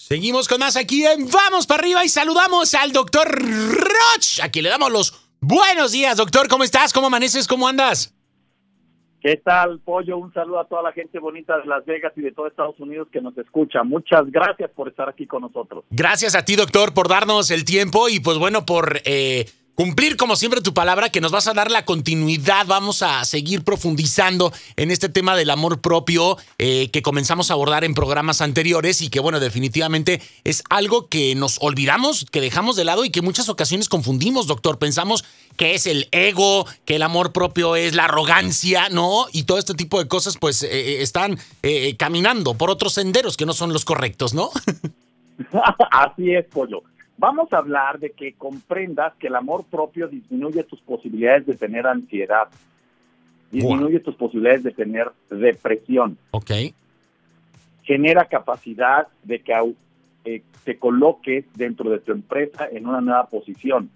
Seguimos con más aquí en Vamos para arriba y saludamos al doctor Roch. Aquí le damos los buenos días, doctor. ¿Cómo estás? ¿Cómo amaneces? ¿Cómo andas? ¿Qué tal, Pollo? Un saludo a toda la gente bonita de Las Vegas y de todo Estados Unidos que nos escucha. Muchas gracias por estar aquí con nosotros. Gracias a ti, doctor, por darnos el tiempo y pues bueno, por cumplir como siempre tu palabra, que nos vas a dar la continuidad. Vamos a seguir profundizando en este tema del amor propio que comenzamos a abordar en programas anteriores y que bueno, definitivamente es algo que nos olvidamos, que dejamos de lado y que en muchas ocasiones confundimos, doctor. Pensamos que es el ego, que el amor propio es la arrogancia, ¿no? Y todo este tipo de cosas pues están caminando por otros senderos que no son los correctos, ¿no? Así es, Pollo. Vamos a hablar de que comprendas que el amor propio disminuye tus posibilidades de tener ansiedad, disminuye tus posibilidades de tener depresión. Ok. Genera capacidad de que te coloques dentro de tu empresa en una nueva posición.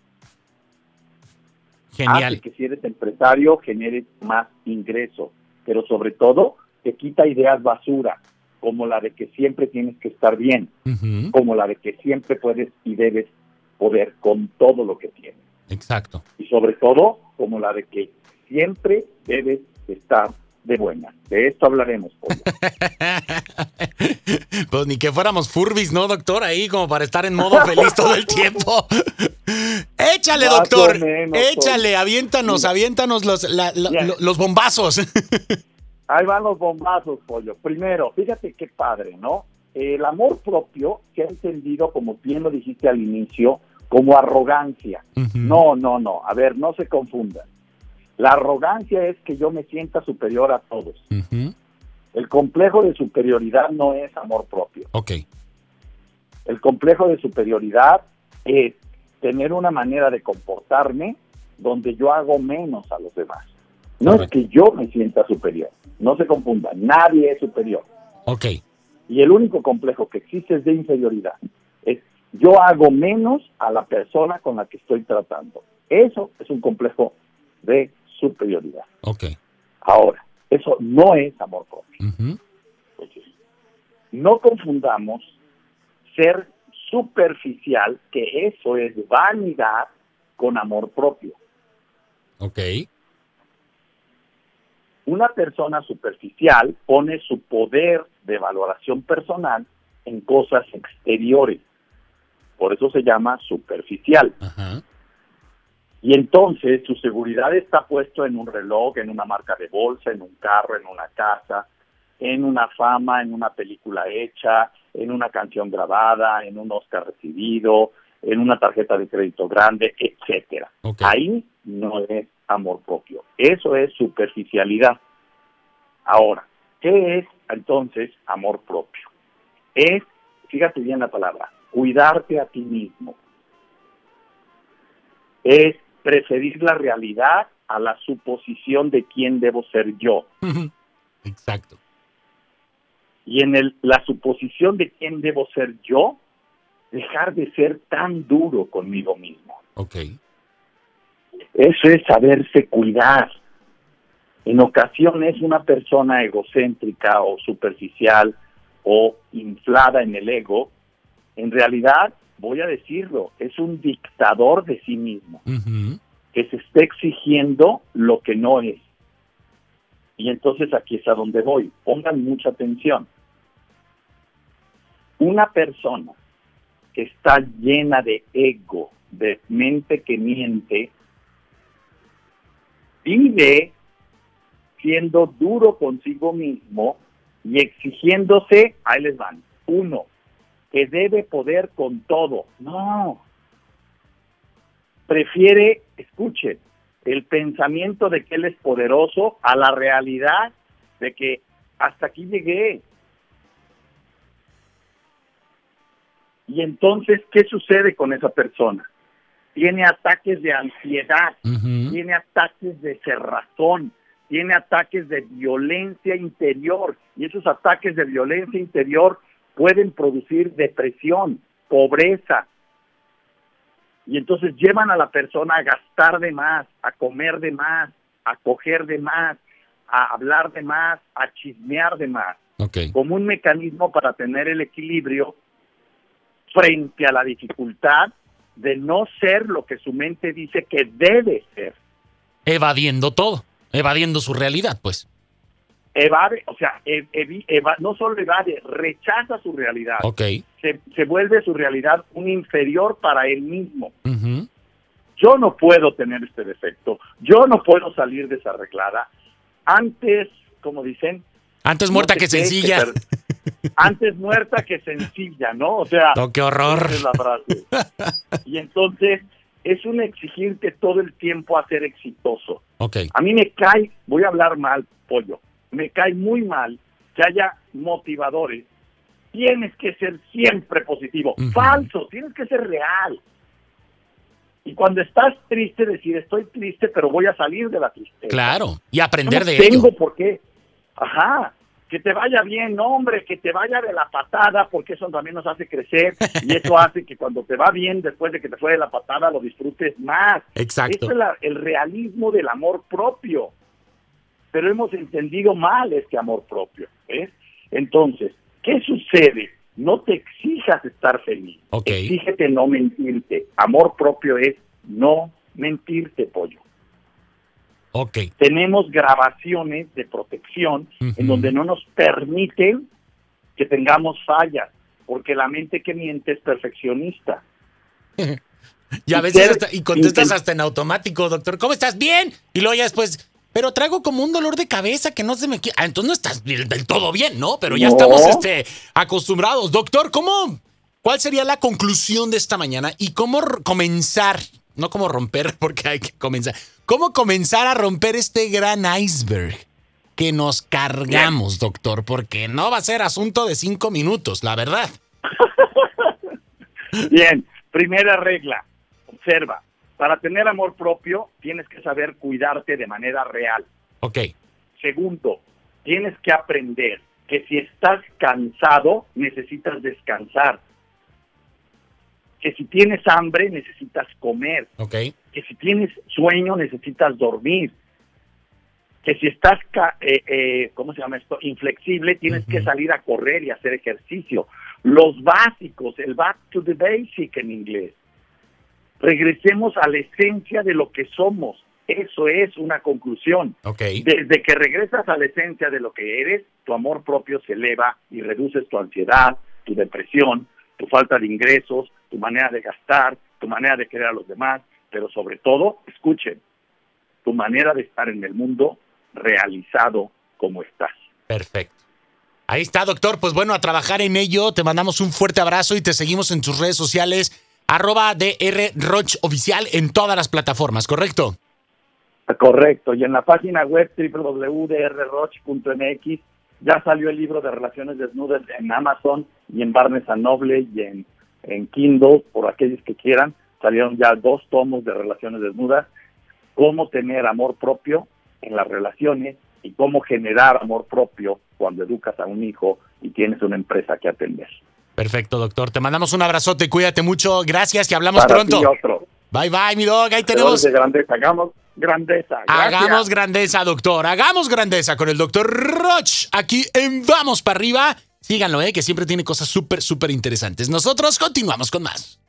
Genial. Hace que si eres empresario generes más ingreso, pero sobre todo te quita ideas basura, como la de que siempre tienes que estar bien, como la de que siempre puedes y debes poder con todo lo que tienes. Exacto. Y sobre todo, como la de que siempre debes estar de buena. De esto hablaremos, Pollo. Pues ni que fuéramos furbis, ¿no, doctor? Ahí como para estar en modo feliz todo el tiempo. Échale, Más doctor. o menos, Échale, Pollo. aviéntanos, Mira. aviéntanos los bombazos. Ahí van los bombazos, Pollo. Primero, fíjate qué padre, ¿no? El amor propio se ha entendido, como bien lo dijiste al inicio, como arrogancia. No. A ver, no se confundan. La arrogancia es que yo me sienta superior a todos. El complejo de superioridad no es amor propio. Ok. El complejo de superioridad es tener una manera de comportarme donde yo hago menos a los demás. No es que yo me sienta superior. No se confundan. Nadie es superior. Ok. Y el único complejo que existe es de inferioridad. Es yo hago menos a la persona con la que estoy tratando. Eso es un complejo de superioridad. Ok. Ahora, eso no es amor propio. Entonces, no confundamos ser superficial, que eso es vanidad, con amor propio. Ok. Una persona superficial pone su poder de valoración personal en cosas exteriores. Por eso se llama superficial. Ajá. Y entonces su seguridad está puesto en un reloj, en una marca de bolsa, en un carro, en una casa, en una fama, en una película hecha, en una canción grabada, en un Oscar recibido, en una tarjeta de crédito grande, etcétera. Okay. Ahí no es amor propio. Eso es superficialidad. Ahora, ¿qué es entonces amor propio? Es, fíjate bien la palabra, cuidarte a ti mismo. Es preferir la realidad a la suposición de quién debo ser yo. Exacto. Y en la suposición de quién debo ser yo, dejar de ser tan duro conmigo mismo. Ok. Eso es saberse cuidar. En ocasiones una persona egocéntrica o superficial o inflada en el ego, en realidad, voy a decirlo, es un dictador de sí mismo, que se está exigiendo lo que no es. Y entonces aquí es a donde voy. Pongan mucha atención. Una persona que está llena de ego, de mente que miente, vive siendo duro consigo mismo y exigiéndose, ahí les van, 1, que debe poder con todo. No. Prefiere, escuchen, el pensamiento de que él es poderoso a la realidad de que hasta aquí llegué. Y entonces, ¿qué sucede con esa persona? Tiene ataques de ansiedad, tiene ataques de cerrazón, tiene ataques de violencia interior, y esos ataques de violencia interior pueden producir depresión, pobreza, y entonces llevan a la persona a gastar de más, a comer de más, a coger de más, a hablar de más, a chismear de más, Okay. como un mecanismo para tener el equilibrio frente a la dificultad de no ser lo que su mente dice que debe ser. Evadiendo todo, evadiendo su realidad, pues. Evade, o sea, no solo evade, rechaza su realidad. Ok. Se vuelve su realidad un inferior para él mismo. Uh-huh. Yo no puedo tener este defecto, yo no puedo salir desarreglada. Antes, como dicen... Antes muerta que sencilla. Antes muerta que sencilla, ¿no? O sea... ¡Oh, qué horror! Esa es la frase. Y entonces, es un exigirte todo el tiempo a ser exitoso. Ok. A mí me cae, voy a hablar mal, pollo, me cae muy mal que haya motivadores. Tienes que ser siempre positivo. Uh-huh. Falso, tienes que ser real. Y cuando estás triste, decir, estoy triste, pero voy a salir de la tristeza. Claro, y aprender no de ello. tengo por qué. Ajá, que te vaya bien, no, hombre, que te vaya de la patada, porque eso también nos hace crecer, y eso hace que cuando te va bien, después de que te fue de la patada, lo disfrutes más. Exacto. Eso es el realismo del amor propio. Pero hemos entendido mal este amor propio, ¿ves? Entonces, ¿qué sucede? No te exijas estar feliz. Okay. Exígete no mentirte. Amor propio es no mentirte, pollo. Ok. Tenemos grabaciones de protección Uh-huh. en donde no nos permiten que tengamos fallas, porque la mente que miente es perfeccionista. Y a veces y contestas hasta en automático, doctor. ¿Cómo estás? Bien. Y luego ya después, pero traigo como un dolor de cabeza que no se me quiere. Ah, entonces no estás del todo bien, ¿no? Pero ya estamos acostumbrados. Doctor, ¿cuál sería la conclusión de esta mañana? ¿Y cómo comenzar? No cómo romper, porque hay que comenzar. ¿Cómo comenzar a romper este gran iceberg que nos cargamos, doctor? Porque no va a ser asunto de 5 minutos, la verdad. Bien, primera regla, observa. Para tener amor propio, tienes que saber cuidarte de manera real. Ok. Segundo, tienes que aprender que si estás cansado, necesitas descansar. Que si tienes hambre, necesitas comer. Ok. Que si tienes sueño, necesitas dormir. Que si estás, ¿cómo se llama esto? Inflexible, tienes que salir a correr y hacer ejercicio. Los básicos, el back to the basic en inglés. Regresemos a la esencia de lo que somos. Eso es una conclusión. Okay. Desde que regresas a la esencia de lo que eres, tu amor propio se eleva y reduces tu ansiedad, tu depresión, tu falta de ingresos, tu manera de gastar, tu manera de querer a los demás, pero sobre todo, escuchen, tu manera de estar en el mundo realizado como estás. Perfecto. Ahí está, doctor. Pues bueno, a trabajar en ello. Te mandamos un fuerte abrazo y te seguimos en tus redes sociales, @drrochoficial en todas las plataformas, ¿correcto? Correcto. Y en la página web www.drroch.mx ya salió el libro de Relaciones Desnudas en Amazon y en Barnes & Noble y en Kindle, por aquellos que quieran. Salieron ya 2 tomos de Relaciones Desnudas. Cómo tener amor propio en las relaciones y cómo generar amor propio cuando educas a un hijo y tienes una empresa que atender. Perfecto, doctor. Te mandamos un abrazote, cuídate mucho. Gracias, que hablamos Para pronto. ti otro. Bye, bye, mi dog. Ahí tenemos. De grandeza. Hagamos grandeza. Gracias. Hagamos grandeza, doctor. Hagamos grandeza con el doctor Roch. Aquí en Vamos para Arriba. Síganlo, que siempre tiene cosas súper, súper interesantes. Nosotros continuamos con más.